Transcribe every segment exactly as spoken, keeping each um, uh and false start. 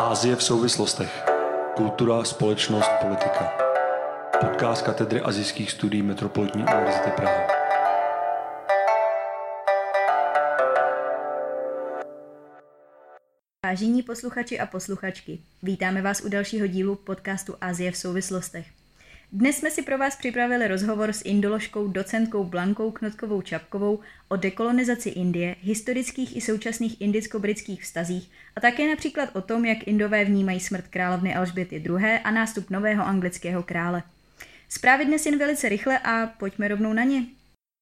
Asie v souvislostech. Kultura, společnost, politika. Podcast katedry asijských studií Metropolitní univerzity Praha. Vážení posluchači a posluchačky, vítáme vás u dalšího dílu podcastu Asie v souvislostech. Dnes jsme si pro vás připravili rozhovor s indoložkou docentkou Blankou Knotkovou Čapkovou o dekolonizaci Indie, historických i současných indicko-britských vztazích a také například o tom, jak Indové vnímají smrt královny Alžběty druhé. a nástup nového anglického krále. Zprávy dnes jen velice rychle a pojďme rovnou na ně.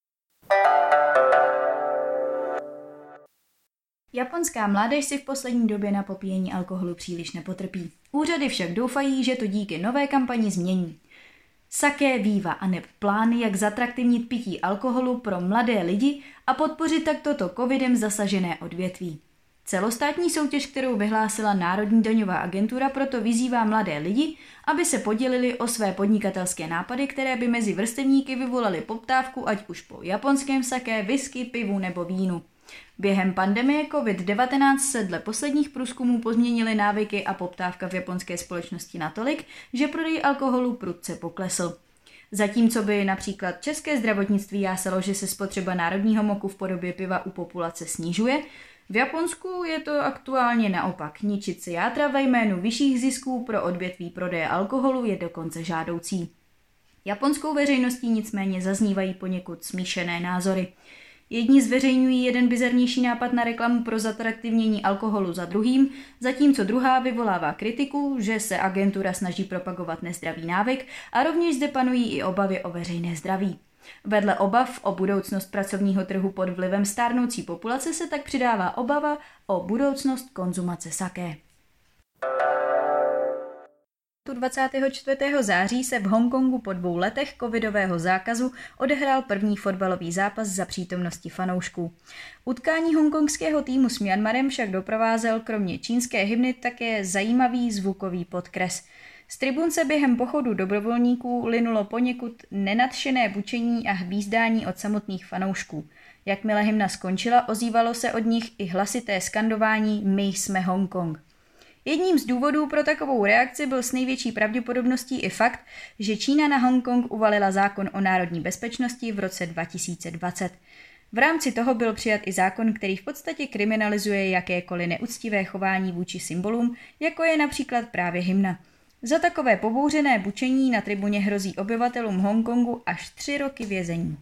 Japonská mládež si v poslední době na popíjení alkoholu příliš nepotrpí. Úřady však doufají, že to díky nové kampani změní. Sake Viva aneb plány, jak zatraktivnit pití alkoholu pro mladé lidi a podpořit tak toto covidem zasažené odvětví. Celostátní soutěž, kterou vyhlásila Národní daňová agentura, proto vyzývá mladé lidi, aby se podělili o své podnikatelské nápady, které by mezi vrstevníky vyvolaly poptávku, ať už po japonském sake, whisky, pivu nebo vínu. Během pandemie covid devatenáct se dle posledních průzkumů pozměnily návyky a poptávka v japonské společnosti natolik, že prodej alkoholu prudce poklesl. Zatímco by například české zdravotnictví jásalo, že se spotřeba národního moku v podobě piva u populace snižuje, v Japonsku je to aktuálně naopak. Ničit si játra ve jménu vyšších zisků pro odvětví prodeje alkoholu je dokonce žádoucí. Japonskou veřejností nicméně zaznívají poněkud smíšené názory. Jedni zveřejňují jeden bizarnější nápad na reklamu pro zatraktivnění alkoholu za druhým, zatímco druhá vyvolává kritiku, že se agentura snaží propagovat nezdravý návyk a rovněž zde panují i obavy o veřejné zdraví. Vedle obav o budoucnost pracovního trhu pod vlivem stárnoucí populace se tak přidává obava o budoucnost konzumace saké. dvacátého čtvrtého září se v Hongkongu po dvou letech covidového zákazu odehrál první fotbalový zápas za přítomnosti fanoušků. Utkání hongkongského týmu s Myanmarem však doprovázel kromě čínské hymny také zajímavý zvukový podkres. Z tribun se během pochodu dobrovolníků linulo poněkud nenadšené bučení a hvízdání od samotných fanoušků. Jakmile hymna skončila, ozývalo se od nich i hlasité skandování My jsme Hongkong. Jedním z důvodů pro takovou reakci byl s největší pravděpodobností i fakt, že Čína na Hongkong uvalila zákon o národní bezpečnosti v roce dva tisíce dvacet. V rámci toho byl přijat i zákon, který v podstatě kriminalizuje jakékoliv neúctivé chování vůči symbolům, jako je například právě hymna. Za takové pobouřené bučení na tribuně hrozí obyvatelům Hongkongu až tři roky vězení.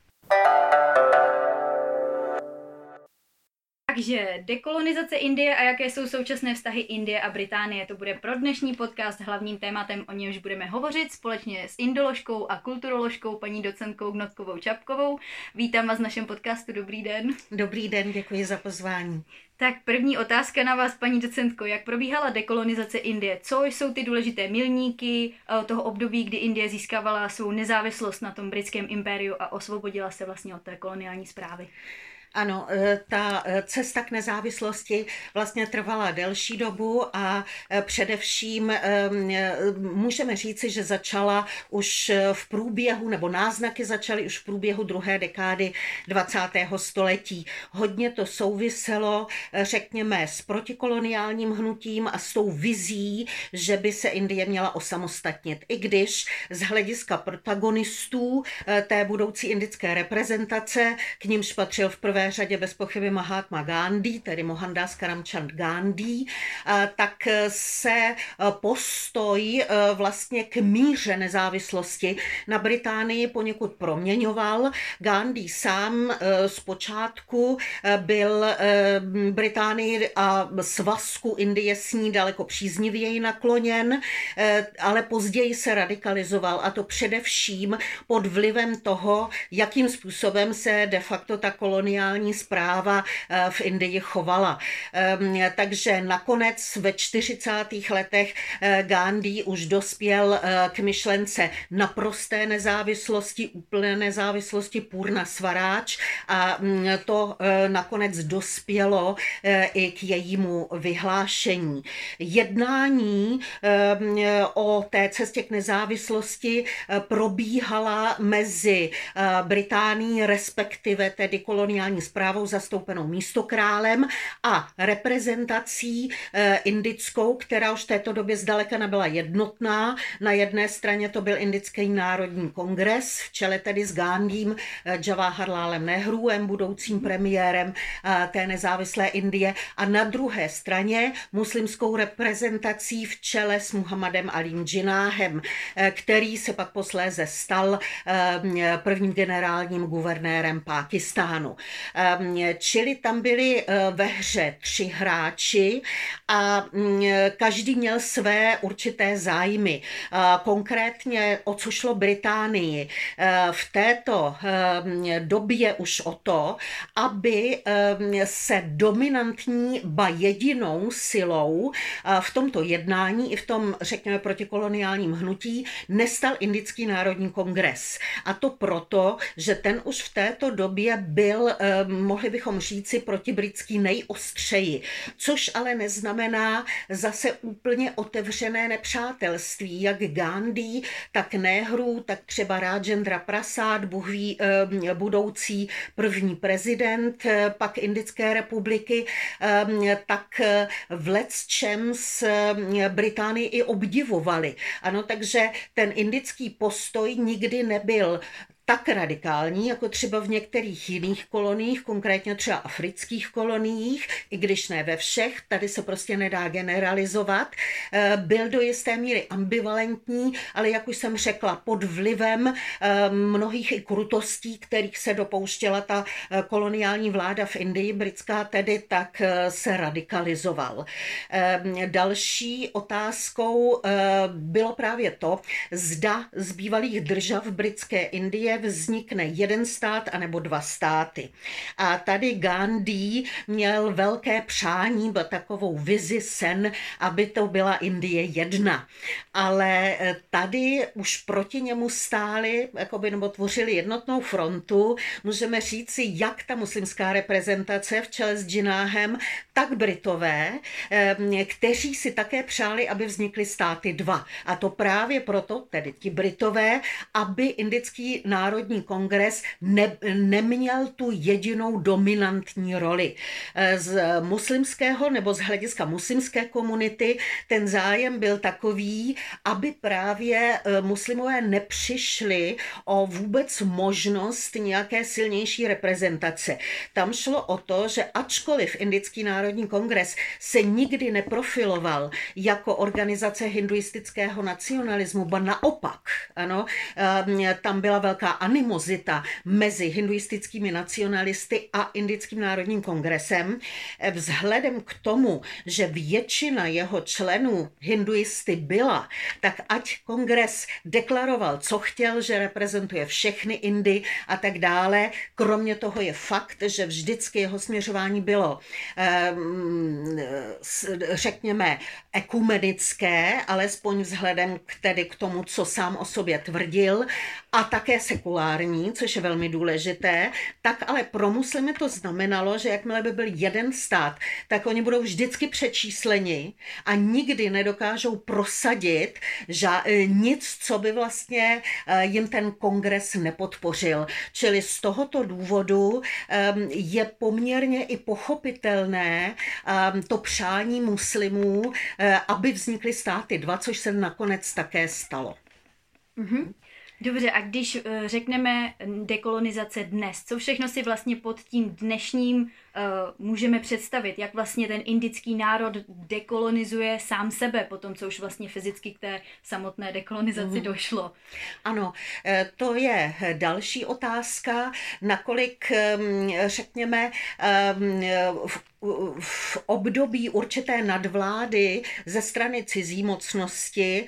Takže dekolonizace Indie a jaké jsou současné vztahy Indie a Británie, to bude pro dnešní podcast hlavním tématem, o němž budeme hovořit společně s indoložkou a kulturoložkou paní docentkou Knotkovou Čapkovou. Vítám vás v našem podcastu, dobrý den. Dobrý den, děkuji za pozvání. Tak první otázka na vás, paní docentko, jak probíhala dekolonizace Indie? Co jsou ty důležité milníky toho období, kdy Indie získávala svou nezávislost na tom britském impériu a osvobodila se vlastně od té koloniální správy? Ano, ta cesta k nezávislosti vlastně trvala delší dobu a především můžeme říci, že začala už v průběhu, nebo náznaky začaly už v průběhu druhé dekády dvacátého století. Hodně to souviselo, řekněme, s protikoloniálním hnutím a s tou vizí, že by se Indie měla osamostatnit. I když z hlediska protagonistů té budoucí indické reprezentace, k nímž patřil v prvé řadě bez pochyby Mahatma Gandhi, tedy Mohandas Karamchand Gandhi, tak se postoj vlastně k míře nezávislosti na Británii poněkud proměňoval. Gandhi sám zpočátku byl Británii a svazku Indie s ní daleko příznivěji nakloněn, ale později se radikalizoval, a to především pod vlivem toho, jakým způsobem se de facto ta koloniální správa v Indii chovala. Takže nakonec ve čtyřicátých letech Gandhi už dospěl k myšlence naprosté nezávislosti, úplné nezávislosti, Purna Swaráč, a to nakonec dospělo i k jejímu vyhlášení. Jednání o té cestě k nezávislosti probíhala mezi Británií, respektive tedy koloniální správou zastoupenou místokrálem a reprezentací indickou, která už v této době zdaleka nebyla jednotná. Na jedné straně to byl Indický národní kongres, v čele tedy s Gandhím, Jawaharlalem Nehruem, budoucím premiérem té nezávislé Indie, a na druhé straně muslimskou reprezentací v čele s Muhammadem Alím Džináhem, který se pak posléze stal prvním generálním guvernérem Pákistánu. Čili tam byli ve hře tři hráči a každý měl své určité zájmy. Konkrétně o co šlo Británii v této době už o to, aby se dominantní, ba jedinou silou v tomto jednání i v tom, řekněme, protikoloniálním hnutí nestal Indický národní kongres. A to proto, že ten už v této době byl, mohli bychom říci, protibritský nejostřeji, což ale neznamená zase úplně otevřené nepřátelství. Jak Gandhi, tak Nehru, tak třeba Rajendra Prasad, Bůh ví, budoucí první prezident pak Indické republiky, tak v lecčems Británii i obdivovali. Ano, takže ten indický postoj nikdy nebyl tak radikální, jako třeba v některých jiných koloniích, konkrétně třeba afrických koloniích, i když ne ve všech, tady se prostě nedá generalizovat. Byl do jisté míry ambivalentní, ale jak už jsem řekla, pod vlivem mnohých i krutostí, kterých se dopouštěla ta koloniální vláda v Indii, britská tedy, tak se radikalizoval. Další otázkou bylo právě to, zda z bývalých držav britské Indie vznikne jeden stát anebo dva státy. A tady Gandhi měl velké přání, byl takovou vizi, sen, aby to byla Indie jedna. Ale tady už proti němu stáli, jakoby, nebo tvořili jednotnou frontu, můžeme říci, jak ta muslimská reprezentace v čele s Džináhem, tak Britové, kteří si také přáli, aby vznikly státy dva. A to právě proto, tedy ti Britové, aby Indický národní kongres ne, neměl tu jedinou dominantní roli. Z muslimského nebo z hlediska muslimské komunity ten zájem byl takový, aby právě muslimové nepřišli o vůbec možnost nějaké silnější reprezentace. Tam šlo o to, že ačkoliv Indický národní kongres se nikdy neprofiloval jako organizace hinduistického nacionalismu, ba naopak, ano, tam byla velká animozita mezi hinduistickými nacionalisty a Indickým národním kongresem. Vzhledem k tomu, že většina jeho členů hinduisty byla, tak ať kongres deklaroval, co chtěl, že reprezentuje všechny Indy a tak dále. Kromě toho je fakt, že vždycky jeho směřování bylo, řekněme, ekumenické, alespoň vzhledem k, tedy k tomu, co sám o sobě tvrdil, a také sekulární, což je velmi důležité, tak ale pro muslimy to znamenalo, že jakmile by byl jeden stát, tak oni budou vždycky přečísleni a nikdy nedokážou prosadit ža- nic, co by vlastně jim ten kongres nepodpořil. Čili z tohoto důvodu je poměrně i pochopitelné to přání muslimů, aby vznikly státy dva, což se nakonec také stalo. Mm-hmm. Dobře, a když řekneme dekolonizace dnes, co všechno si vlastně pod tím dnešním uh, můžeme představit, jak vlastně ten indický národ dekolonizuje sám sebe po tom, co už vlastně fyzicky k té samotné dekolonizaci mm. došlo? Ano, to je další otázka, nakolik, řekněme, v v období určité nadvlády ze strany cizí mocnosti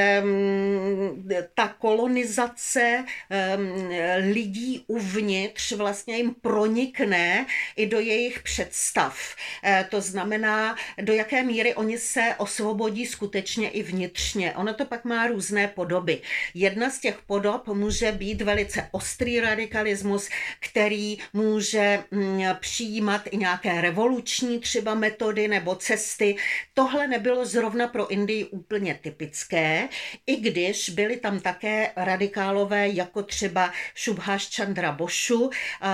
ta kolonizace lidí uvnitř vlastně jim pronikne i do jejich představ. To znamená, do jaké míry oni se osvobodí skutečně i vnitřně. Ono to pak má různé podoby. Jedna z těch podob může být velice ostrý radikalismus, který může přijímat i nějaké revoluce, třeba metody nebo cesty. Tohle nebylo zrovna pro Indii úplně typické, i když byly tam také radik- radikálové, jako třeba Subhash Chandra Bosu,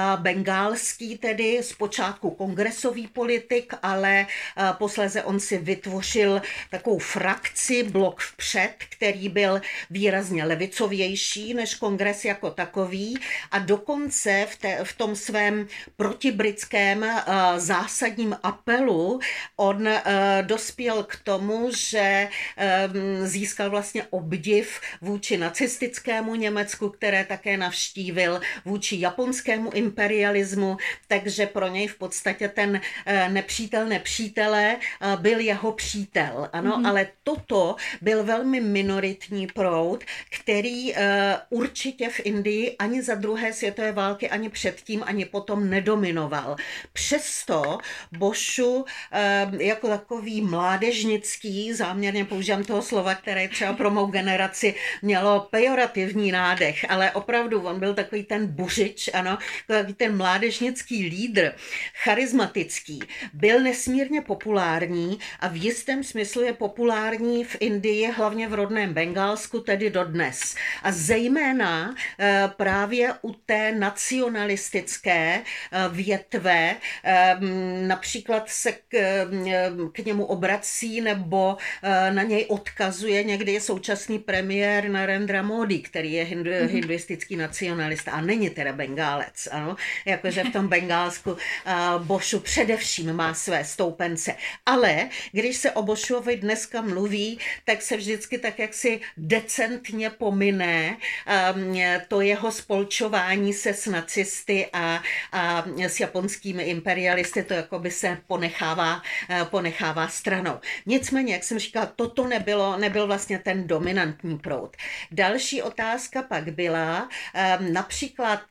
bengálský tedy zpočátku kongresový politik, ale posléze on si vytvořil takovou frakci, blok vpřed, který byl výrazně levicovější než kongres jako takový a dokonce v, te, v tom svém protibritském uh, zásadním apelu on uh, dospěl k tomu, že um, získal vlastně obdiv vůči nacistickému Německu, které také navštívil, vůči japonskému imperialismu, takže pro něj v podstatě ten uh, nepřítel nepřítele uh, byl jeho přítel. Ano, mm-hmm. ale toto byl velmi minoritní proud, který uh, určitě v Indii ani za druhé světové války, ani předtím, ani potom nedominoval. Přesto Bosu uh, jako takový mládežnický, záměrně používám toho slova, které třeba pro mou generaci mělo pejorativní nádech, ale opravdu on byl takový ten buřič, ano, takový ten mládežnický lídr, charismatický, byl nesmírně populární a v jistém smyslu je populární v Indii, hlavně v rodném Bengálsku, tedy dodnes. A zejména e, právě u té nacionalistické e, větve, e, například se k, e, k němu obrací nebo e, na něj odkazuje někdy je současný premiér Narendra Modi, který je hindu, mm-hmm. hinduistický nacionalista a není teda Bengálec, ano, jakože v tom Bengálsku e, Bosu především má své stoupence. Ale když se o Bosuovi dneska mluví, tak se vždycky tak jaksi decentně pomine um, to jeho spolčování se s nacisty a, a s japonskými imperialisty, to jako by se ponechává, uh, ponechává stranou. Nicméně, jak jsem říkala, toto nebylo, nebyl vlastně ten dominantní proud. Další otázka pak byla, um, například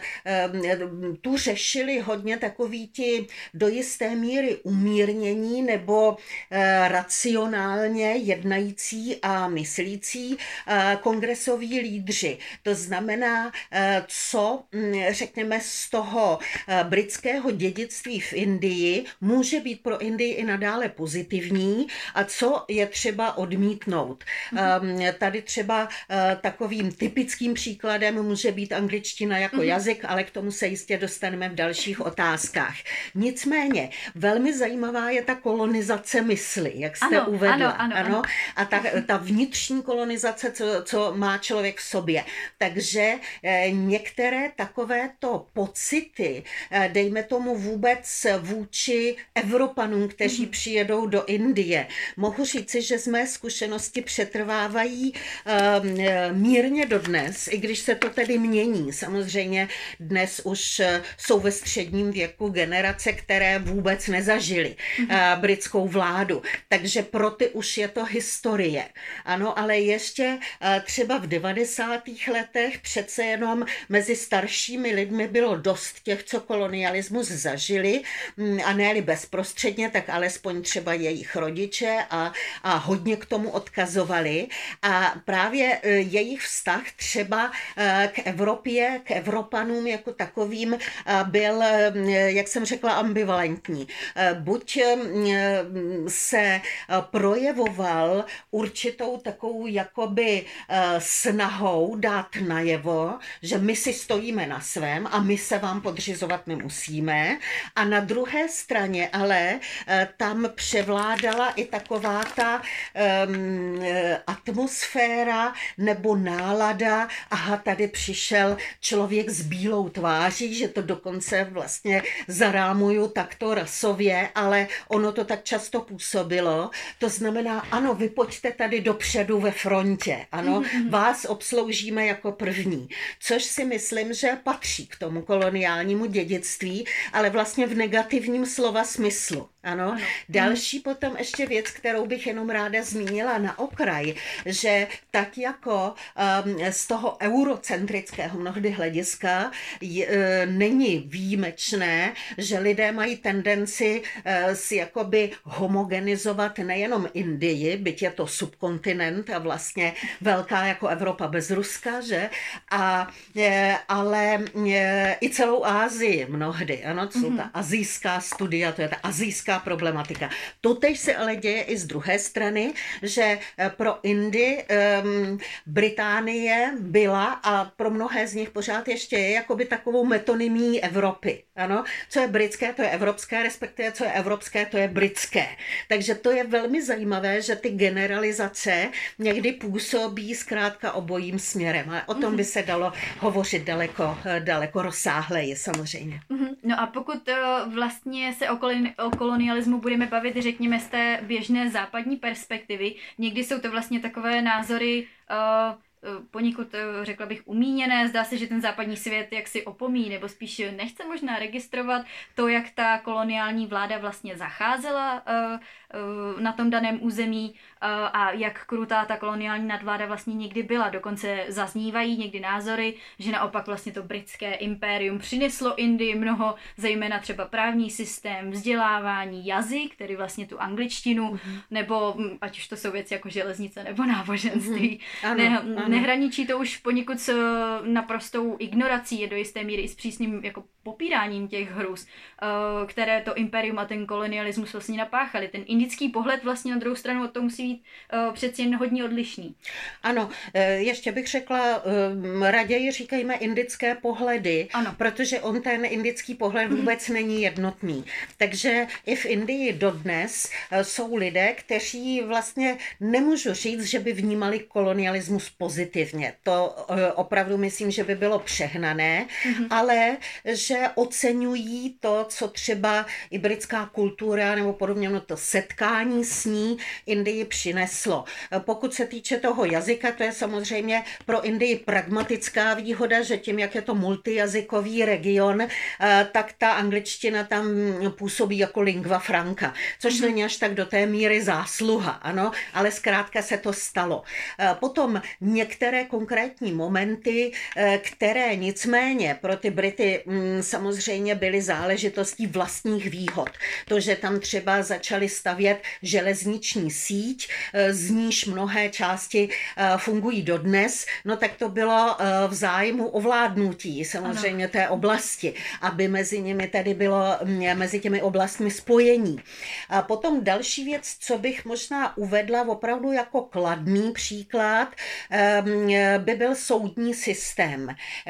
um, tu řešili hodně takoví ti do jisté míry umírnění nebo e, racionálně jednající a myslící e, kongresoví lídři. To znamená, e, co m, řekněme z toho e, britského dědictví v Indii může být pro Indii i nadále pozitivní a co je třeba odmítnout. Mm-hmm. E, tady třeba e, takovým typickým příkladem může být angličtina jako mm-hmm. jazyk, ale k tomu se jistě dostaneme v dalších otázkách. Nicméně, velmi zajímavá je ta kolonizace mysli, jak jste ano, uvedla. Ano, ano, ano. A ta, ta vnitřní kolonizace, co, co má člověk v sobě. Takže eh, některé takovéto pocity, eh, dejme tomu vůbec vůči Evropanům, kteří mm-hmm. přijedou do Indie, mohu říci, že z mé zkušenosti přetrvávají eh, mírně dodnes, i když se to tedy mění. Samozřejmě dnes už eh, jsou ve středním věku generace, které vůbec nezažily mm-hmm. uh, britskou vládu. Takže pro ty už je to historie. Ano, ale ještě uh, třeba v devadesátých letech přece jenom mezi staršími lidmi bylo dost těch, co kolonialismus zažili um, a ne-li bezprostředně, tak alespoň třeba jejich rodiče a, a hodně k tomu odkazovali. A právě uh, jejich vztah třeba uh, k Evropě, k Evropanům jako takovým uh, byl, uh, jak jsem řekla, ambivalentní. Buď se projevoval určitou takovou jakoby snahou dát najevo, že my si stojíme na svém a my se vám podřizovat nemusíme. A na druhé straně ale tam převládala i taková ta um, atmosféra nebo nálada, aha, tady přišel člověk s bílou tváří, že to dokonce vlastně zarámuju takto rasově, ale ono to tak často působilo. To znamená, ano, vy pojďte tady dopředu ve frontě, ano, mm-hmm. vás obsloužíme jako první, což si myslím, že patří k tomu koloniálnímu dědictví, ale vlastně v negativním slova smyslu. Ano. ano. Další potom ještě věc, kterou bych jenom ráda zmínila na okraj, že tak jako um, z toho eurocentrického mnohdy hlediska je, uh, není výjimečné, že lidé mají tendenci uh, si jakoby homogenizovat nejenom Indii, byť je to subkontinent a vlastně velká jako Evropa bez Ruska, že? A, uh, ale uh, i celou Asii mnohdy, ano, to jsou ta asijská studia, to je ta asijská britská problematika. Totež se ale děje i z druhé strany, že pro Indii um, Británie byla a pro mnohé z nich pořád ještě je jakoby takovou metonymí Evropy. Ano? Co je britské, to je evropské, respektive co je evropské, to je britské. Takže to je velmi zajímavé, že ty generalizace někdy působí zkrátka obojím směrem. Ale o tom by se dalo hovořit daleko, daleko rozsáhleji samozřejmě. No a pokud vlastně se o, koloni- o kolonialismu budeme bavit, řekněme, z té běžné západní perspektivy, někdy jsou to vlastně takové názory uh, poněkud, řekla bych, umíněné. Zdá se, že ten západní svět jaksi opomíjí, nebo spíš nechce možná registrovat to, jak ta koloniální vláda vlastně zacházela na tom daném území a jak krutá ta koloniální nadvláda vlastně někdy byla. Dokonce zaznívají někdy názory, že naopak vlastně to britské impérium přineslo Indii mnoho, zejména třeba právní systém, vzdělávání, jazyk, tedy vlastně tu angličtinu, mm-hmm. nebo ať už to jsou věci jako železnice nebo náboženství. Mm-hmm. Ano, ne, ano. Nehraničí to už poněkud s naprostou ignorací, je do jisté míry i s přísným jako popíráním těch hrůz, které to impérium a ten kolonialismus vlastně napáchali. Ten indický pohled vlastně na druhou stranu od toho musí být přeci jen hodně odlišný. Ano, ještě bych řekla, raději říkejme indické pohledy, ano. Protože on ten indický pohled vůbec hmm. není jednotný. Takže i v Indii dodnes jsou lidé, kteří vlastně nemůžu říct, že by vnímali kolonialismus pozitivně. To opravdu myslím, že by bylo přehnané, hmm. ale že oceňují to, co třeba i britská kultura nebo podobně, no to setkání s ní Indii přineslo. Pokud se týče toho jazyka, to je samozřejmě pro Indii pragmatická výhoda, že tím, jak je to multijazykový region, tak ta angličtina tam působí jako lingua franca, což mm-hmm. není až tak do té míry zásluha, ano, ale zkrátka se to stalo. Potom některé konkrétní momenty, které nicméně pro ty Brity samozřejmě byly záležitostí vlastních výhod. To, že tam třeba začali stavět železniční síť, z níž mnohé části fungují dodnes, no tak to bylo v zájmu ovládnutí samozřejmě ano. té oblasti, aby mezi nimi tady bylo mezi těmi oblastmi spojení. A potom další věc, co bych možná uvedla opravdu jako kladný příklad, by byl soudní systém.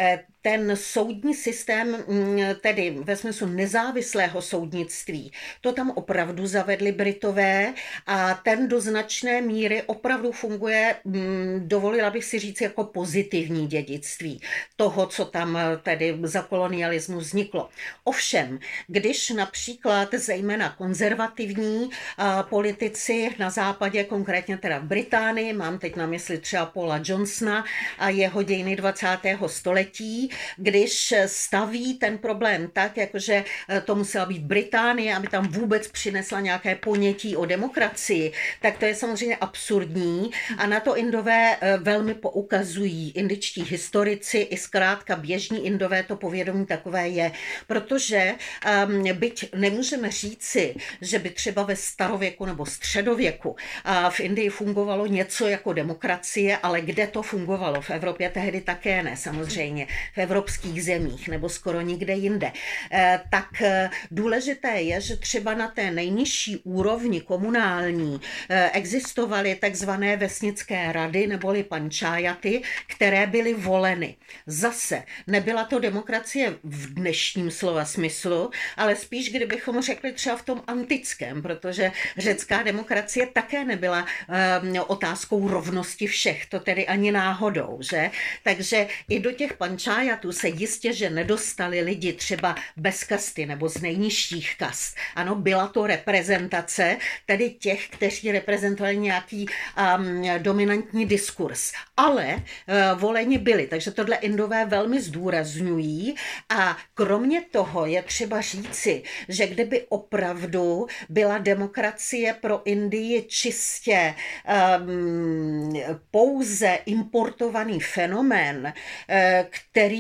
Ten soudní systém, tedy ve smyslu nezávislého soudnictví, to tam opravdu zavedli Britové a ten do značné míry opravdu funguje, dovolila bych si říct, jako pozitivní dědictví toho, co tam tedy za kolonialismu vzniklo. Ovšem, když například zejména konzervativní politici na západě, konkrétně teda v Británii, mám teď na mysli třeba Paula Johnsona a jeho dějiny dvacátého století, když staví ten problém tak, jakože to musela být Británie, aby tam vůbec přinesla nějaké ponětí o demokracii, tak to je samozřejmě absurdní a na to Indové velmi poukazují. Indičtí historici i zkrátka běžní Indové to povědomí takové je, protože um, byť nemůžeme říci, že by třeba ve starověku nebo středověku uh, v Indii fungovalo něco jako demokracie, ale kde to fungovalo? V Evropě tehdy také ne, samozřejmě. V evropských zemích nebo skoro nikde jinde. Eh, tak eh, důležité je, že třeba na té nejnižší úrovni komunální eh, existovaly takzvané vesnické rady neboli pančájaty, které byly voleny. Zase nebyla to demokracie v dnešním slova smyslu, ale spíš kdybychom řekli třeba v tom antickém, protože řecká demokracie také nebyla eh, otázkou rovnosti všech, to tedy ani náhodou, že? Takže i do těch pančájatů se jistě, že nedostali lidi třeba bez kasty nebo z nejnižších kast. Ano, byla to reprezentace tedy těch, kteří reprezentovali nějaký um, dominantní diskurs. Ale uh, voleni byli, takže tohle Indové velmi zdůrazňují a kromě toho je třeba říci, že kdyby opravdu byla demokracie pro Indii čistě um, pouze importovaný fenomén, uh, který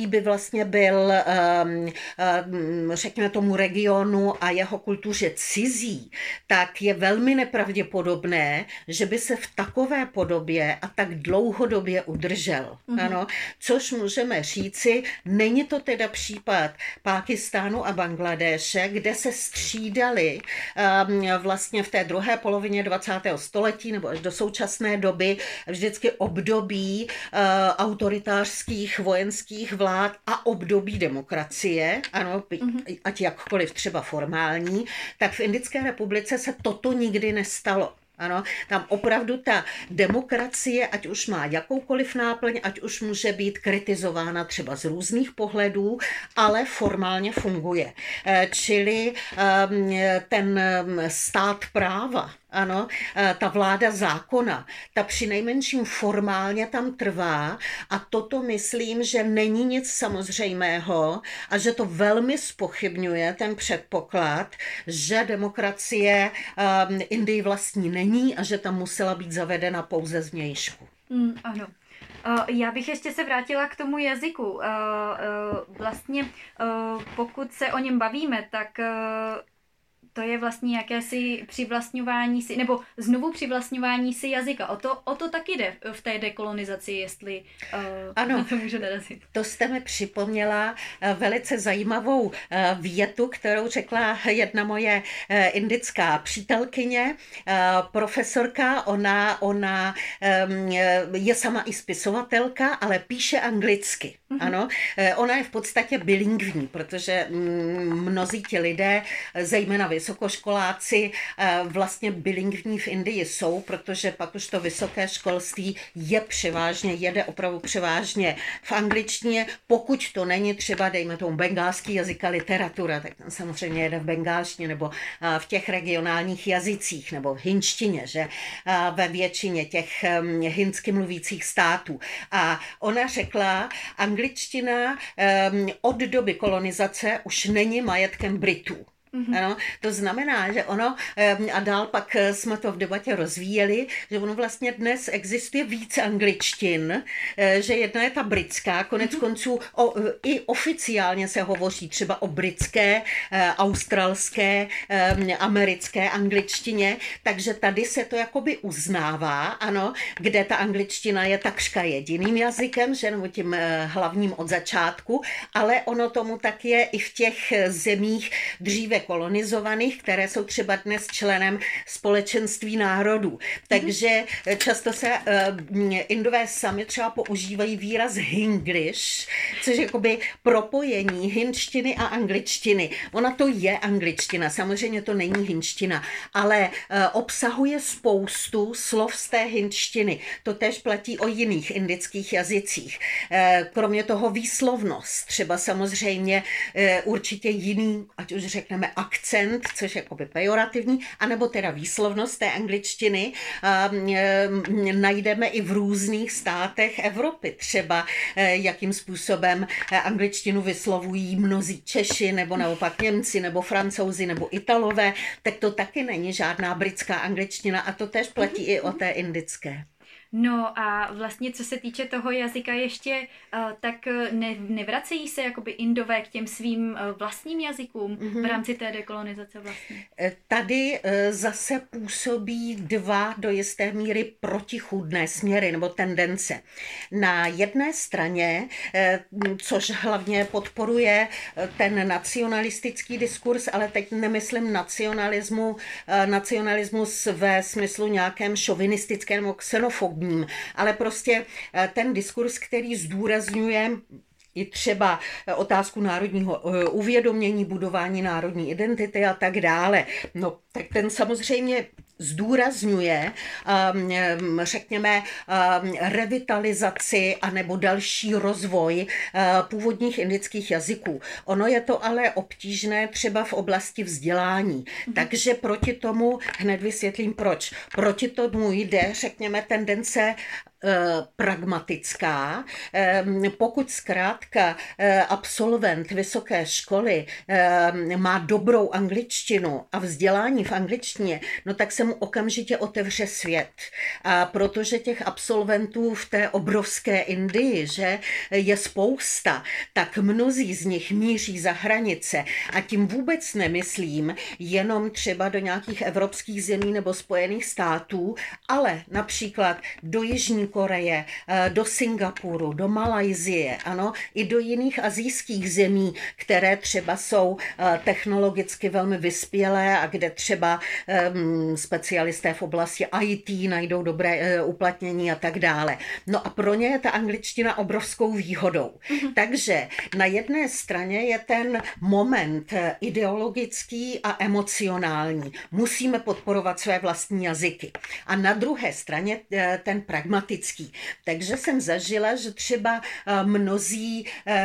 který by vlastně byl, řekněme tomu regionu a jeho kultuře cizí, tak je velmi nepravděpodobné, že by se v takové podobě a tak dlouhodobě udržel. Mm-hmm. Ano, což můžeme říci, není to teda případ Pákistánu a Bangladéše, kde se střídali vlastně v té druhé polovině dvacátého století nebo až do současné doby vždycky období autoritářských vojenských vlád a období demokracie, ano, mm-hmm. ať jakkoliv třeba formální, tak v Indické republice se toto nikdy nestalo. Ano, tam opravdu ta demokracie, ať už má jakoukoliv náplň, ať už může být kritizována třeba z různých pohledů, ale formálně funguje. Čili ten stát práva, ano, ta vláda zákona, ta přinejmenším formálně tam trvá a toto myslím, že není nic samozřejmého a že to velmi zpochybňuje ten předpoklad, že demokracie um, Indii vlastní není a že tam musela být zavedena pouze zvnějšku. Mm, ano. Uh, já bych ještě se vrátila k tomu jazyku. Uh, uh, vlastně uh, pokud se o něm bavíme, tak uh, to je vlastně jakési přivlastňování si, nebo znovu přivlastňování si jazyka. O to, o to taky jde v té dekolonizaci, jestli uh, ano, na to můžu narazit. To jste mi připomněla velice zajímavou větu, kterou řekla jedna moje indická přítelkyně, profesorka. Ona, ona je sama i spisovatelka, ale píše anglicky. Mm-hmm. Ano, ona je v podstatě bilingvní, protože mnozí ti lidé, zejména vysokoškoláci, vlastně bilingvní v Indii jsou, protože pak už to vysoké školství je převážně, jede opravdu převážně v angličtině, pokud to není třeba, dejme tomu, bengálský jazyk a literatura, tak tam samozřejmě jede v bengálštině nebo v těch regionálních jazycích, nebo v hindštině, že ve většině těch hindsky mluvících států. A ona řekla, angličtina od doby kolonizace už není majetkem Britů. Mm-hmm. Ano, to znamená, že ono, a dál pak jsme to v debatě rozvíjeli, že ono vlastně dnes existuje víc angličtin, že jedna je ta britská, konec mm-hmm. konců o, i oficiálně se hovoří třeba o britské, australské, americké angličtině, takže tady se to jakoby uznává, ano, kde ta angličtina je takřka jediným jazykem, že nebo tím hlavním od začátku, ale ono tomu tak je i v těch zemích dříve kolonizovaných, které jsou třeba dnes členem společenství národů. Takže často se uh, Indové sami třeba používají výraz Hinglish, což je jakoby propojení hindštiny a angličtiny. Ona to je angličtina, samozřejmě to není hindština, ale uh, obsahuje spoustu slov z té hindštiny. To též platí o jiných indických jazycích. Uh, kromě toho výslovnost, třeba samozřejmě uh, určitě jiný, ať už řekneme akcent, což je jakoby pejorativní, anebo teda výslovnost té angličtiny najdeme i v různých státech Evropy. Třeba jakým způsobem angličtinu vyslovují mnozí Češi, nebo naopak Němci, nebo Francouzi, nebo Italové, tak to taky není žádná britská angličtina a to též platí i o té indické. No a vlastně co se týče toho jazyka ještě, tak ne, nevracejí se jakoby Indové k těm svým vlastním jazykům mm-hmm. v rámci té dekolonizace vlastně? Tady zase působí dva do jisté míry protichůdné směry nebo tendence. Na jedné straně, což hlavně podporuje ten nacionalistický diskurs, ale teď nemyslím nacionalismu, nacionalismus ve smyslu nějakém šovinistickém nebo xenofobním, ale prostě ten diskurs, který zdůrazňuje i třeba otázku národního uvědomění, budování národní identity a tak dále. No, tak ten samozřejmě zdůrazňuje, řekněme, revitalizaci anebo další rozvoj původních indických jazyků. Ono je to ale obtížné třeba v oblasti vzdělání. Mm-hmm. Takže proti tomu hned vysvětlím proč. Proti tomu jde, řekněme, tendence pragmatická. Pokud zkrátka absolvent vysoké školy má dobrou angličtinu a vzdělání v angličtině, no tak se mu okamžitě otevře svět. A protože těch absolventů v té obrovské Indii, že je spousta, tak mnozí z nich míří za hranice a tím vůbec nemyslím jenom třeba do nějakých evropských zemí nebo Spojených států, ale například do Jižní Koreje, do Singapuru, do Malajsie, ano, i do jiných asijských zemí, které třeba jsou technologicky velmi vyspělé a kde třeba um, specialisté v oblasti í té najdou dobré uh, uplatnění a tak dále. No a pro ně je ta angličtina obrovskou výhodou. Mm-hmm. Takže na jedné straně je ten moment ideologický a emocionální. Musíme podporovat své vlastní jazyky. A na druhé straně ten pragmatický. Takže jsem zažila, že třeba mnozí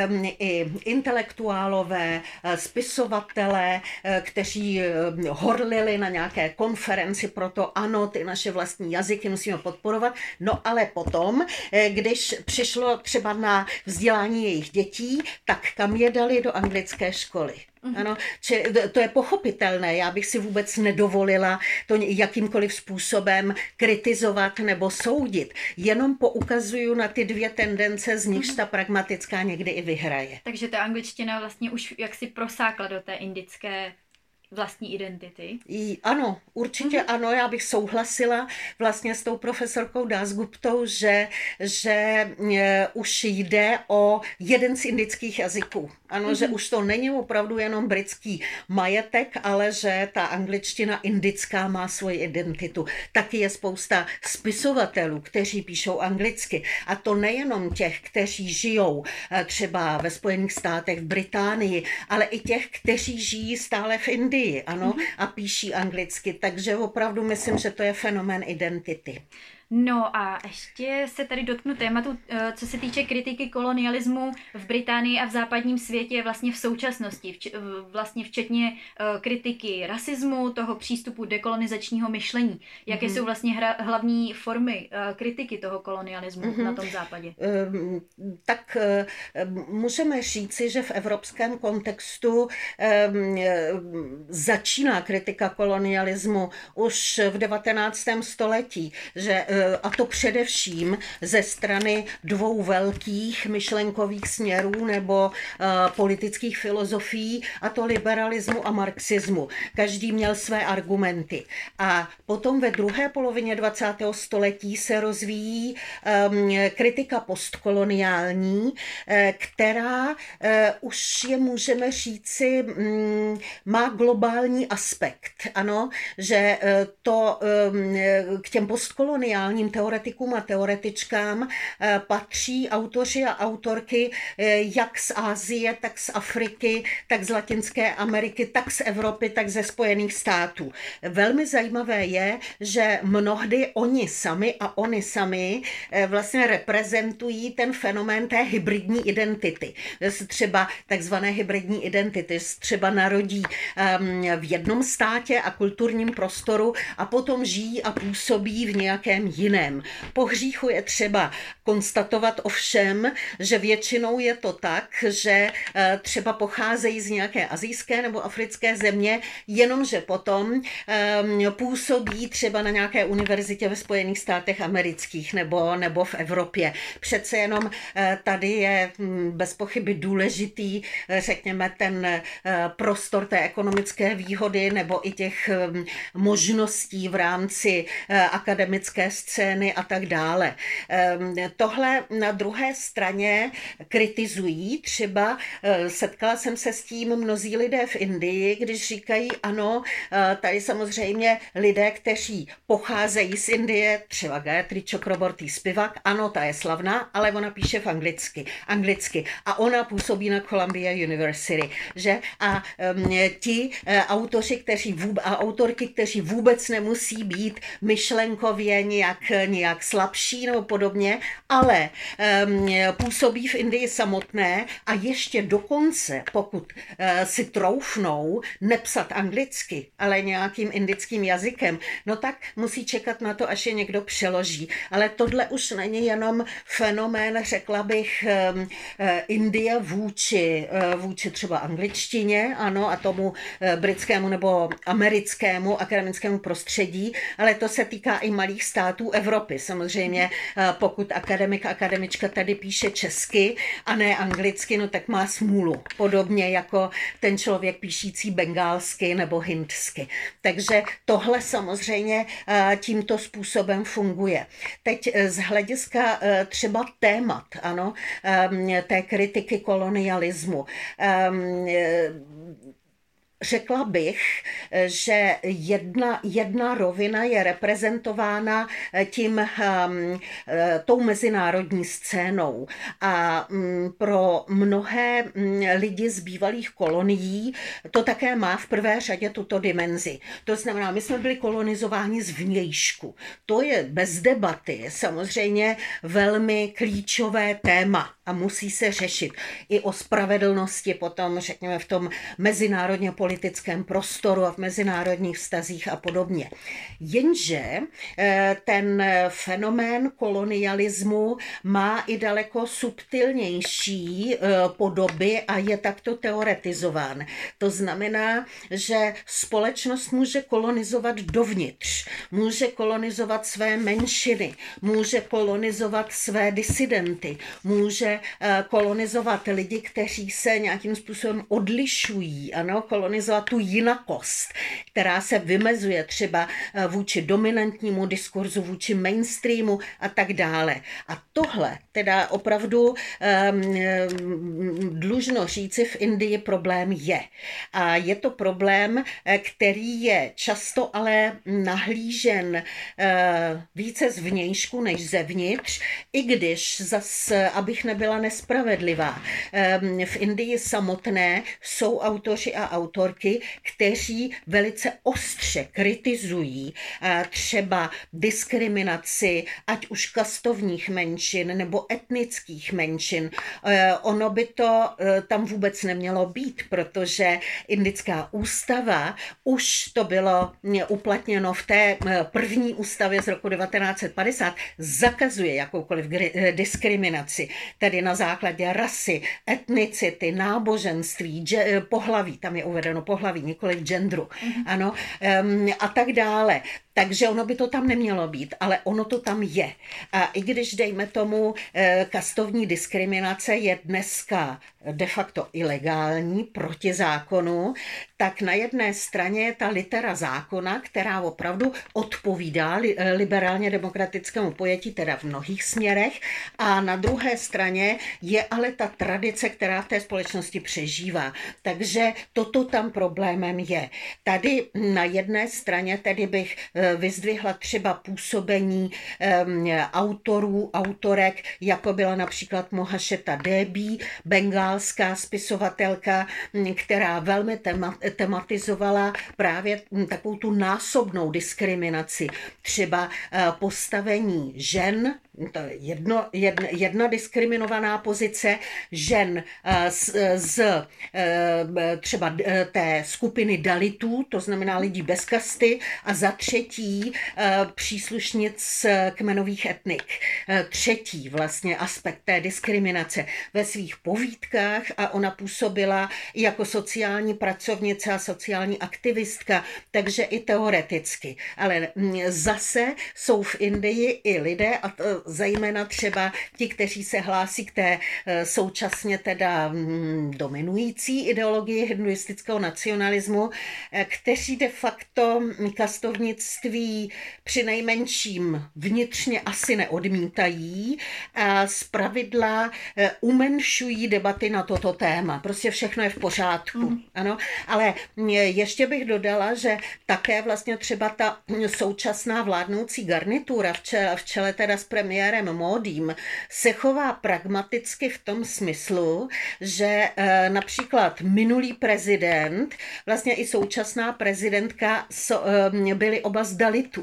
i intelektuálové, spisovatelé, kteří horlili na nějaké konferenci pro to, ano, ty naše vlastní jazyky musíme podporovat, no ale potom, když přišlo třeba na vzdělání jejich dětí, tak kam je dali? Do anglické školy. Ano, či, to je pochopitelné, já bych si vůbec nedovolila to jakýmkoliv způsobem kritizovat nebo soudit, jenom poukazuju na ty dvě tendence, z nichž ta pragmatická někdy i vyhraje. Takže ta angličtina vlastně už jaksi prosákla do té indické vlastní identity? I, ano, určitě mm-hmm. ano, já bych souhlasila vlastně s tou profesorkou Dasguptou, že, že e, už jde o jeden z indických jazyků. Ano, mm-hmm. že už to není opravdu jenom britský majetek, ale že ta angličtina indická má svoji identitu. Taky je spousta spisovatelů, kteří píšou anglicky. A to nejenom těch, kteří žijou e, třeba ve Spojených státech, v Británii, ale i těch, kteří žijí stále v Indii. Ano, a píší anglicky, takže opravdu myslím, že to je fenomén identity. No a ještě se tady dotknu tématu, co se týče kritiky kolonialismu v Británii a v západním světě vlastně v současnosti, vč, vlastně včetně kritiky rasismu, toho přístupu dekolonizačního myšlení. Jaké mm-hmm. jsou vlastně hra, hlavní formy kritiky toho kolonialismu mm-hmm. na tom západě? Tak můžeme říci, že v evropském kontextu začíná kritika kolonialismu už v devatenáctém století, že a to především ze strany dvou velkých myšlenkových směrů nebo uh, politických filozofií, a to liberalismu a marxismu. Každý měl své argumenty. A potom ve druhé polovině dvacátého století se rozvíjí um, kritika postkoloniální, uh, která uh, už je, můžeme říci, um, má globální aspekt. Ano, že uh, to um, k těm postkoloniálním teoretikům a teoretičkám patří autoři a autorky jak z Asie, tak z Afriky, tak z Latinské Ameriky, tak z Evropy, tak ze Spojených států. Velmi zajímavé je, že mnohdy oni sami a oni sami vlastně reprezentují ten fenomén té hybridní identity. Třeba takzvané hybridní identity třeba narodí v jednom státě a kulturním prostoru a potom žijí a působí v nějakém jiném. Po hříchu je třeba konstatovat ovšem, že většinou je to tak, že třeba pocházejí z nějaké asijské nebo africké země, jenomže potom působí třeba na nějaké univerzitě ve Spojených státech amerických nebo, nebo v Evropě. Přece jenom tady je bez pochyby důležitý, řekněme, ten prostor té ekonomické výhody nebo i těch možností v rámci akademické scény a tak dále. Tohle na druhé straně kritizují, třeba setkala jsem se s tím mnozí lidé v Indii, když říkají, ano, tady samozřejmě lidé, kteří pocházejí z Indie, třeba Gayatri Chakraborty zpěvák, ano, ta je slavná, ale ona píše v anglicky, anglicky a ona působí na Columbia University, že? A um, ti uh, autoři, kteří vůb, a autorky, kteří vůbec nemusí být myšlenkově nějak, nějak slabší nebo podobně, ale um, působí v Indii samotné a ještě dokonce, pokud uh, si troufnou nepsat anglicky, ale nějakým indickým jazykem, no tak musí čekat na to, až je někdo přeloží. Ale tohle už není jenom fenomén, řekla bych, um, uh, Indie vůči, uh, vůči třeba angličtině, ano, a tomu uh, britskému nebo americkému akademickému prostředí, ale to se týká i malých států Evropy. Samozřejmě, uh, pokud akademik, akademička tady píše česky a ne anglicky, no tak má smůlu. Podobně jako ten člověk píšící bengálsky nebo hindsky. Takže tohle samozřejmě tímto způsobem funguje. Teď z hlediska třeba témat, ano, té kritiky kolonialismu. Řekla bych, že jedna, jedna rovina je reprezentována tím, tou mezinárodní scénou a pro mnohé lidi z bývalých kolonií to také má v prvé řadě tuto dimenzi. To znamená, my jsme byli kolonizováni zvnějšku. To je bez debaty samozřejmě velmi klíčové téma a musí se řešit i o spravedlnosti potom, řekněme, v tom mezinárodně politickém prostoru a v mezinárodních vztazích a podobně. Jenže ten fenomén kolonialismu má i daleko subtilnější podoby a je takto teoretizován. To znamená, že společnost může kolonizovat dovnitř, může kolonizovat své menšiny, může kolonizovat své disidenty, může kolonizovat lidi, kteří se nějakým způsobem odlišují, ano, kolonizovat tu jinakost, která se vymezuje třeba vůči dominantnímu diskurzu, vůči mainstreamu a tak dále. A tohle teda opravdu um, dlužno říci, v Indii problém je. A je to problém, který je často ale nahlížen uh, více zvnějšku než zevnitř, i když zase, abych nebyla nespravedlivá, um, v Indii samotné jsou autoři a autorky, kteří velice ostře kritizují třeba diskriminaci, ať už kastovních menšin nebo etnických menšin. Ono by to tam vůbec nemělo být, protože indická ústava, už to bylo uplatněno v té první ústavě z roku devatenáct set padesát, zakazuje jakoukoliv diskriminaci, tedy na základě rasy, etnicity, náboženství, pohlaví, tam je uvedeno pohlaví, nikoliv genderu, mm-hmm. ano, um, a tak dále. Takže ono by to tam nemělo být, ale ono to tam je. A i když, dejme tomu, kastovní diskriminace je dneska de facto ilegální, proti zákonu, tak na jedné straně je ta litera zákona, která opravdu odpovídá liberálně demokratickému pojetí, teda v mnohých směrech, a na druhé straně je ale ta tradice, která v té společnosti přežívá. Takže toto tam problémem je. Tady na jedné straně tedy bych vyzdvihla třeba působení um, autorů, autorek, jako byla například Mohasheta Debi, bengálská spisovatelka, která velmi tema, tematizovala právě takovou tu násobnou diskriminaci. Třeba uh, postavení žen, to je jedno, jedna, jedna diskriminovaná pozice žen z, z třeba té skupiny dalitů, to znamená lidí bez kasty, a za třetí příslušnic kmenových etnik. Třetí vlastně aspekt té diskriminace ve svých povídkách, a ona působila i jako sociální pracovnice a sociální aktivistka, takže i teoreticky. Ale zase jsou v Indii i lidé, a to zejména třeba ti, kteří se hlásí k té současně teda dominující ideologii hinduistického nacionalismu, kteří de facto kastovnictví přinejmenším vnitřně asi neodmítají a zpravidla umenšují debaty na toto téma. Prostě všechno je v pořádku. Mm. Ano, ale ještě bych dodala, že také vlastně třeba ta současná vládnoucí garnitura v čele, v čele teda s premiérem Módím se chová pragmaticky v tom smyslu, že e, například minulý prezident, vlastně i současná prezidentka so, e, byli oba z dalitů.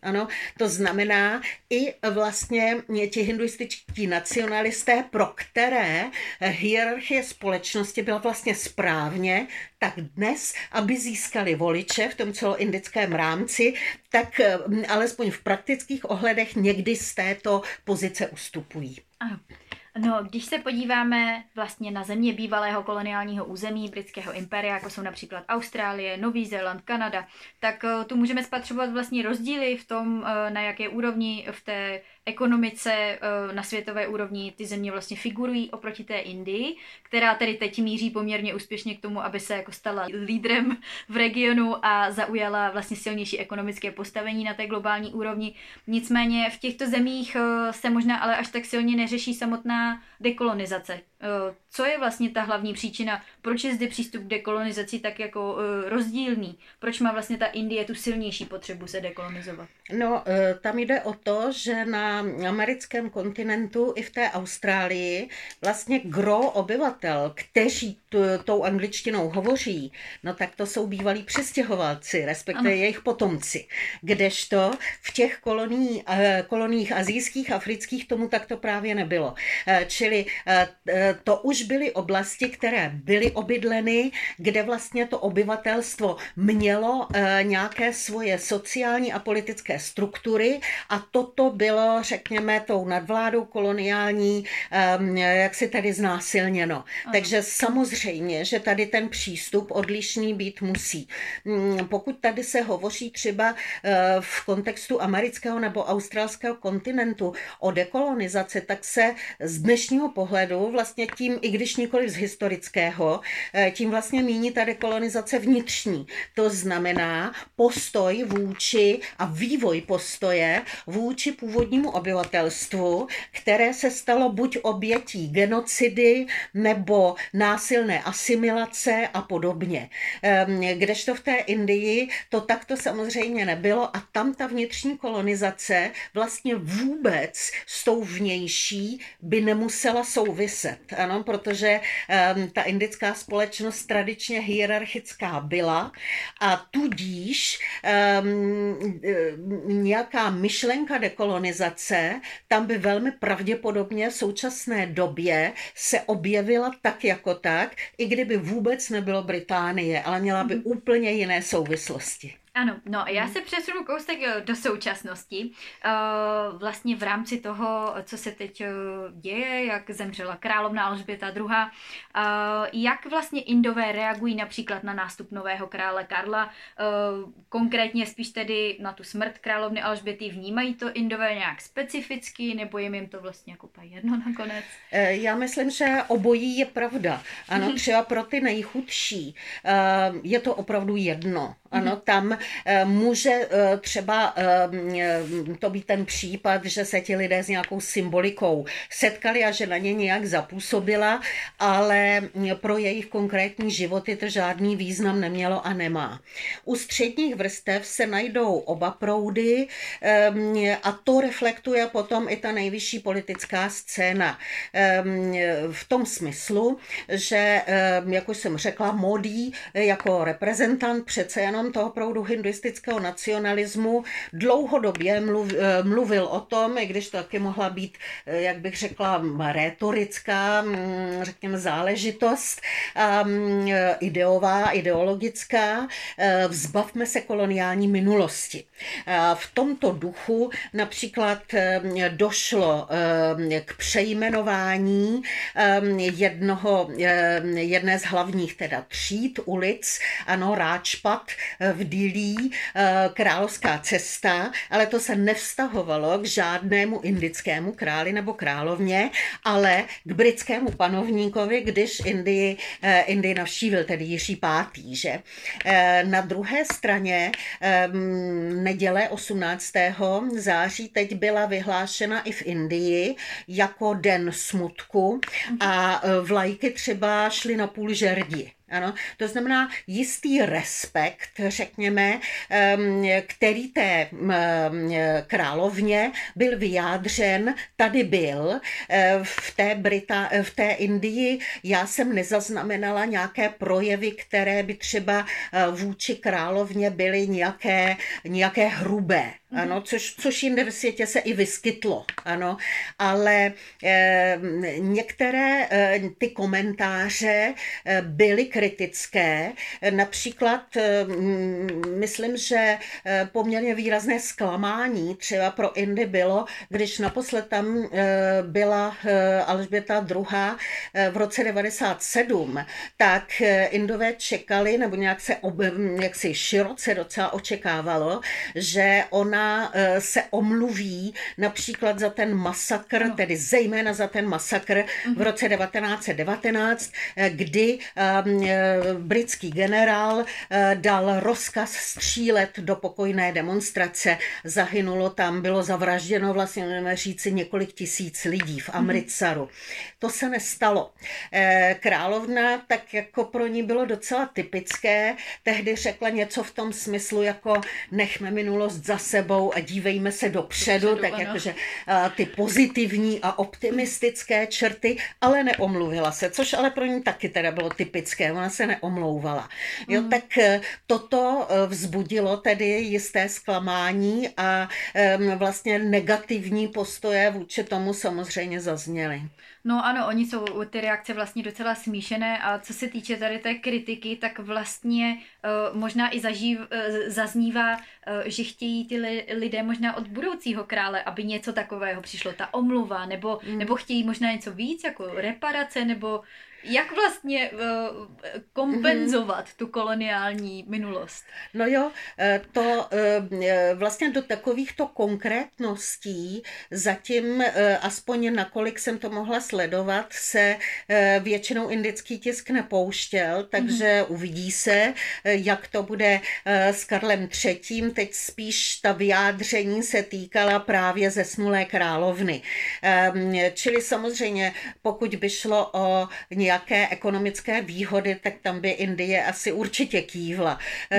Ano, to znamená i vlastně ti hinduističtí nacionalisté, pro které hierarchie společnosti byla vlastně správně, tak dnes, aby získali voliče v tom celoindickém rámci, tak alespoň v praktických ohledech někdy z této pozice ustupují. Ano. No, když se podíváme vlastně na země bývalého koloniálního území britského impéria, jako jsou například Austrálie, Nový Zéland, Kanada, tak uh, tu můžeme spatřovat vlastně rozdíly v tom, uh, na jaké úrovni v té ekonomice uh, na světové úrovni ty země vlastně figurují oproti té Indii, která tedy teď míří poměrně úspěšně k tomu, aby se jako stala lídrem v regionu a zaujala vlastně silnější ekonomické postavení na té globální úrovni. Nicméně v těchto zemích uh, se možná ale až tak silně neřeší samotná dekolonizace. Co je vlastně ta hlavní příčina? Proč je zde přístup k dekolonizaci tak jako rozdílný? Proč má vlastně ta Indie tu silnější potřebu se dekolonizovat? No, tam jde o to, že na americkém kontinentu i v té Austrálii vlastně gro obyvatel, kteří tou angličtinou hovoří, no tak to jsou bývalí přistěhovalci, respektive ano. jejich potomci. Kdežto v těch kolonií, koloniích asijských, afrických tomu takto právě nebylo. Čili to už byly oblasti, které byly obydleny, kde vlastně to obyvatelstvo mělo nějaké svoje sociální a politické struktury a toto bylo, řekněme, tou nadvládou koloniální, jak si tady znásilněno. Aha. Takže samozřejmě, že tady ten přístup odlišný být musí. Pokud tady se hovoří třeba v kontextu amerického nebo australského kontinentu o dekolonizaci, tak se z dnešního pohledu vlastně tím, i když nikoli z historického, tím vlastně míní ta dekolonizace vnitřní. To znamená postoj vůči a vývoj postoje vůči původnímu obyvatelstvu, které se stalo buď obětí genocidy nebo násilné asimilace a podobně. Kdežto v té Indii to takto samozřejmě nebylo a tam ta vnitřní kolonizace vlastně vůbec s tou vnější by nemusela souviset, ano, protože um, ta indická společnost tradičně hierarchická byla a tudíž um, nějaká myšlenka dekolonizace tam by velmi pravděpodobně v současné době se objevila tak jako tak, i kdyby vůbec nebylo Británie, ale měla by úplně jiné souvislosti. Ano, no já se přesunu kousek do současnosti. Vlastně v rámci toho, co se teď děje, jak zemřela královna Alžběta druhá. Jak vlastně Indové reagují například na nástup nového krále Karla, konkrétně spíš tedy na tu smrt královny Alžběty, vnímají to Indové nějak specificky, nebo jim jim to vlastně jako jedno nakonec? Já myslím, že obojí je pravda. Ano, třeba pro ty nejchudší je to opravdu jedno. Ano, tam může třeba to být ten případ, že se ti lidé s nějakou symbolikou setkali a že na ně nějak zapůsobila, ale pro jejich konkrétní životy to žádný význam nemělo a nemá. U středních vrstev se najdou oba proudy a to reflektuje potom i ta nejvyšší politická scéna. V tom smyslu, že, jak už jsem řekla, Módí jako reprezentant přece jenom toho proudu hinduistického nacionalismu dlouhodobě mluv, mluvil o tom, i když to taky mohla být, jak bych řekla, rétorická, řekněme, záležitost, ideová, ideologická, vzbavme se koloniální minulosti. V tomto duchu například došlo k přejmenování jednoho, jedné z hlavních teda tříd ulic, ano, Ráčpat v Dillí, královská cesta, ale to se nevztahovalo k žádnému indickému králi nebo královně, ale k britskému panovníkovi, když Indii, Indii navštívil, tedy Jiří pátý. Že? Na druhé straně neděle osmnáctého září teď byla vyhlášena i v Indii jako den smutku a vlajky třeba šly na půl žerdi. Ano, to znamená jistý respekt, řekněme, který té královně byl vyjádřen, tady byl. V té, Brita, v té Indii já jsem nezaznamenala nějaké projevy, které by třeba vůči královně byly nějaké, nějaké hrubé. ano, což, což jinde v světě se i vyskytlo, ano, ale e, některé e, ty komentáře e, byly kritické, například e, myslím, že e, poměrně výrazné zklamání třeba pro Indy bylo, když naposled tam e, byla e, Alžběta druhá. E, v roce devadesát sedm, tak e, Indové čekali, nebo nějak se, ob, jak si široce docela očekávalo, že ona se omluví například za ten masakr, no. tedy zejména za ten masakr mm-hmm. v roce devatenáct set devatenáct, kdy um, britský generál uh, dal rozkaz střílet do pokojné demonstrace. Zahynulo tam, bylo zavražděno vlastně, můžeme říci, několik tisíc lidí v Amritsaru. Mm-hmm. To se nestalo. E, královna, tak jako pro ní bylo docela typické, tehdy řekla něco v tom smyslu, jako nechme minulost za sebou a dívejme se dopředu, dopředu tak jakože ty pozitivní a optimistické črty, ale neomluvila se, což ale pro ní taky teda bylo typické, ona se neomlouvala. Jo, mm. tak toto vzbudilo tedy jisté zklamání a um, vlastně negativní postoje vůči tomu samozřejmě zazněly. No ano, oni jsou ty reakce vlastně docela smíšené a co se týče tady té kritiky, tak vlastně uh, možná i zažív, uh, zaznívá, uh, že chtějí ty li, lidé možná od budoucího krále, aby něco takového přišlo, ta omluva, nebo, mm. nebo chtějí možná něco víc, jako reparace, nebo jak vlastně uh, kompenzovat mm-hmm. tu koloniální minulost? No jo, to uh, vlastně do takovýchto konkrétností zatím, uh, aspoň nakolik jsem to mohla sledovat, se uh, většinou indický tisk nepouštěl, takže mm-hmm. uvidí se, jak to bude uh, s Karlem třetím. Teď spíš ta vyjádření se týkala právě zesnulé královny. Um, čili samozřejmě, pokud by šlo o nějaké ekonomické výhody, tak tam by Indie asi určitě kývla.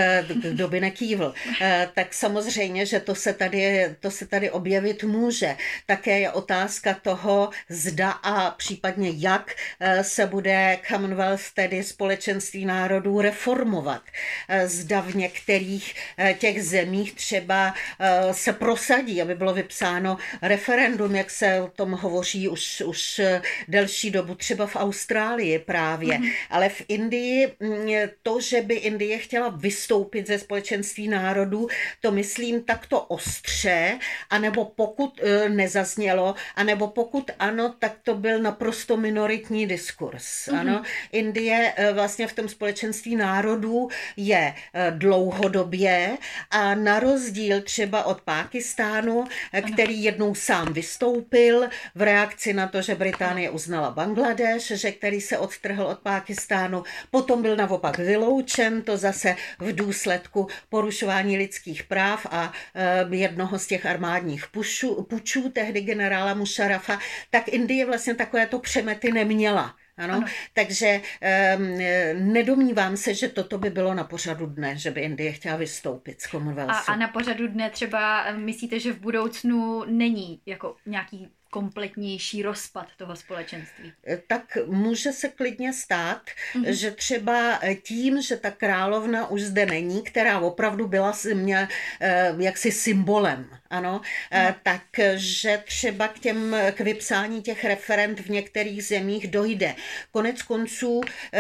Kdo by nekývl. Tak samozřejmě, že to se tady, to se tady objevit může. Také je otázka toho, zda a případně jak se bude Commonwealth, tedy společenství národů, reformovat. Zda v některých těch zemích třeba se prosadí, aby bylo vypsáno referendum, jak se o tom hovoří už, už delší dobu, třeba v Austrálii právě. Mm-hmm. Ale v Indii to, že by Indie chtěla vystoupit ze společenství národů, to myslím takto ostře, anebo pokud e, nezaznělo, anebo pokud ano, tak to byl naprosto minoritní diskurs. Mm-hmm. Ano, Indie e, vlastně v tom společenství národů je e, dlouhodobě a na rozdíl třeba od Pákistánu, e, který jednou sám vystoupil v reakci na to, že Británie uznala Bangladeš, že který se odtrhl od Pákistánu, potom byl naopak vyloučen, to zase v důsledku porušování lidských práv a e, jednoho z těch armádních pušů, pučů, tehdy generála Mušarafa, tak Indie vlastně takovéto přemety neměla. Ano? Ano. Takže um, nedomnívám se, že toto by bylo na pořadu dne, že by Indie chtěla vystoupit z Commonwealthu. A, a na pořadu dne třeba myslíte, že v budoucnu není jako nějaký kompletnější rozpad toho společenství? Tak může se klidně stát, mm-hmm. že třeba tím, že ta královna už zde není, která opravdu byla mě, jaksi symbolem, ano, mm. takže třeba k těm, k vypsání těch referend v některých zemích dojde. Konec konců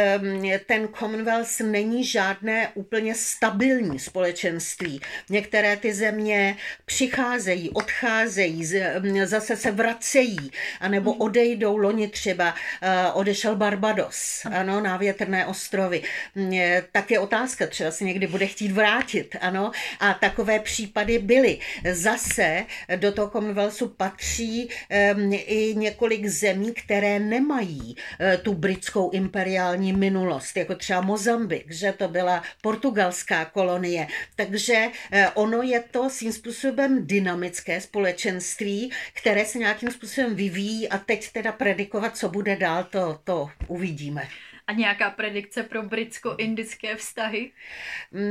ten Commonwealth není žádné úplně stabilní společenství. Některé ty země přicházejí, odcházejí, zase se vrací, anebo odejdou. Loni třeba uh, odešel Barbados, ano, na Větrné ostrovy. Tak je otázka, třeba se někdy bude chtít vrátit, ano, a takové případy byly. Zase do toho Commonwealthu patří um, i několik zemí, které nemají uh, tu britskou imperiální minulost, jako třeba Mozambik, že to byla portugalská kolonie. Takže uh, ono je to svým způsobem dynamické společenství, které se nějakým způsobem vyvíjí a teď teda predikovat, co bude dál, to, to uvidíme. A nějaká predikce pro britsko-indické vztahy?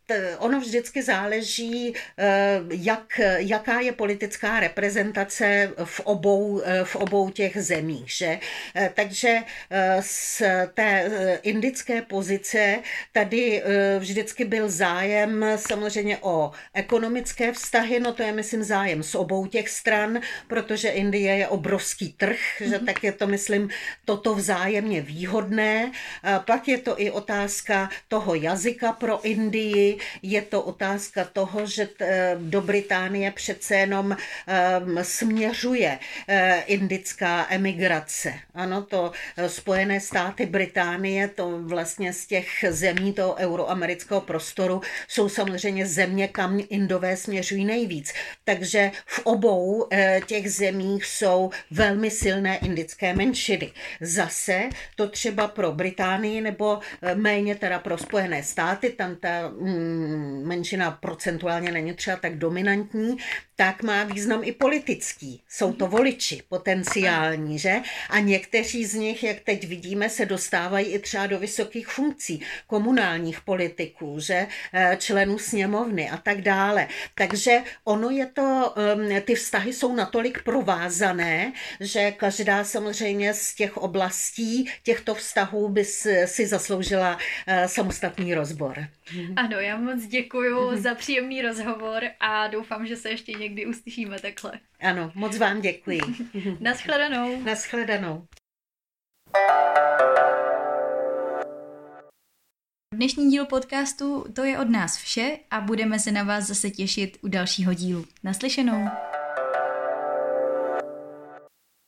ono vždycky záleží, jak, jaká je politická reprezentace v obou, v obou těch zemích. Že? Takže z té indické pozice tady vždycky byl zájem samozřejmě o ekonomické vztahy, no to je, myslím, zájem z obou těch stran, protože Indie je obrovský trh, mm-hmm. že tak je to, myslím, toto vzájemně výhodné. Pak je to i otázka toho jazyka pro Indii, je to otázka toho, že do Británie přece jenom směřuje indická emigrace. Ano, to Spojené státy Británie, to vlastně z těch zemí toho euroamerického prostoru jsou samozřejmě země, kam Indové směřují nejvíc. Takže v obou těch zemích jsou velmi silné indické menšiny. Zase to třeba pro Británii nebo méně teda pro Spojené státy, tam ta mm, menšina procentuálně není třeba tak dominantní, tak má význam i politický. Jsou to voliči potenciální, že? A někteří z nich, jak teď vidíme, se dostávají i třeba do vysokých funkcí komunálních politiků, že? Členů sněmovny a tak dále. Takže ono je to, ty vztahy jsou natolik provázané, že každá samozřejmě z těch oblastí těchto vztahů by si zasloužila samostatný rozbor. Ano, já moc děkuju za příjemný rozhovor a doufám, že se ještě někdy uslyšíme takhle. Ano, moc vám děkuji. Naschledanou. Naschledanou. Dnešní díl podcastu to je od nás vše a budeme se na vás zase těšit u dalšího dílu. Naslyšenou.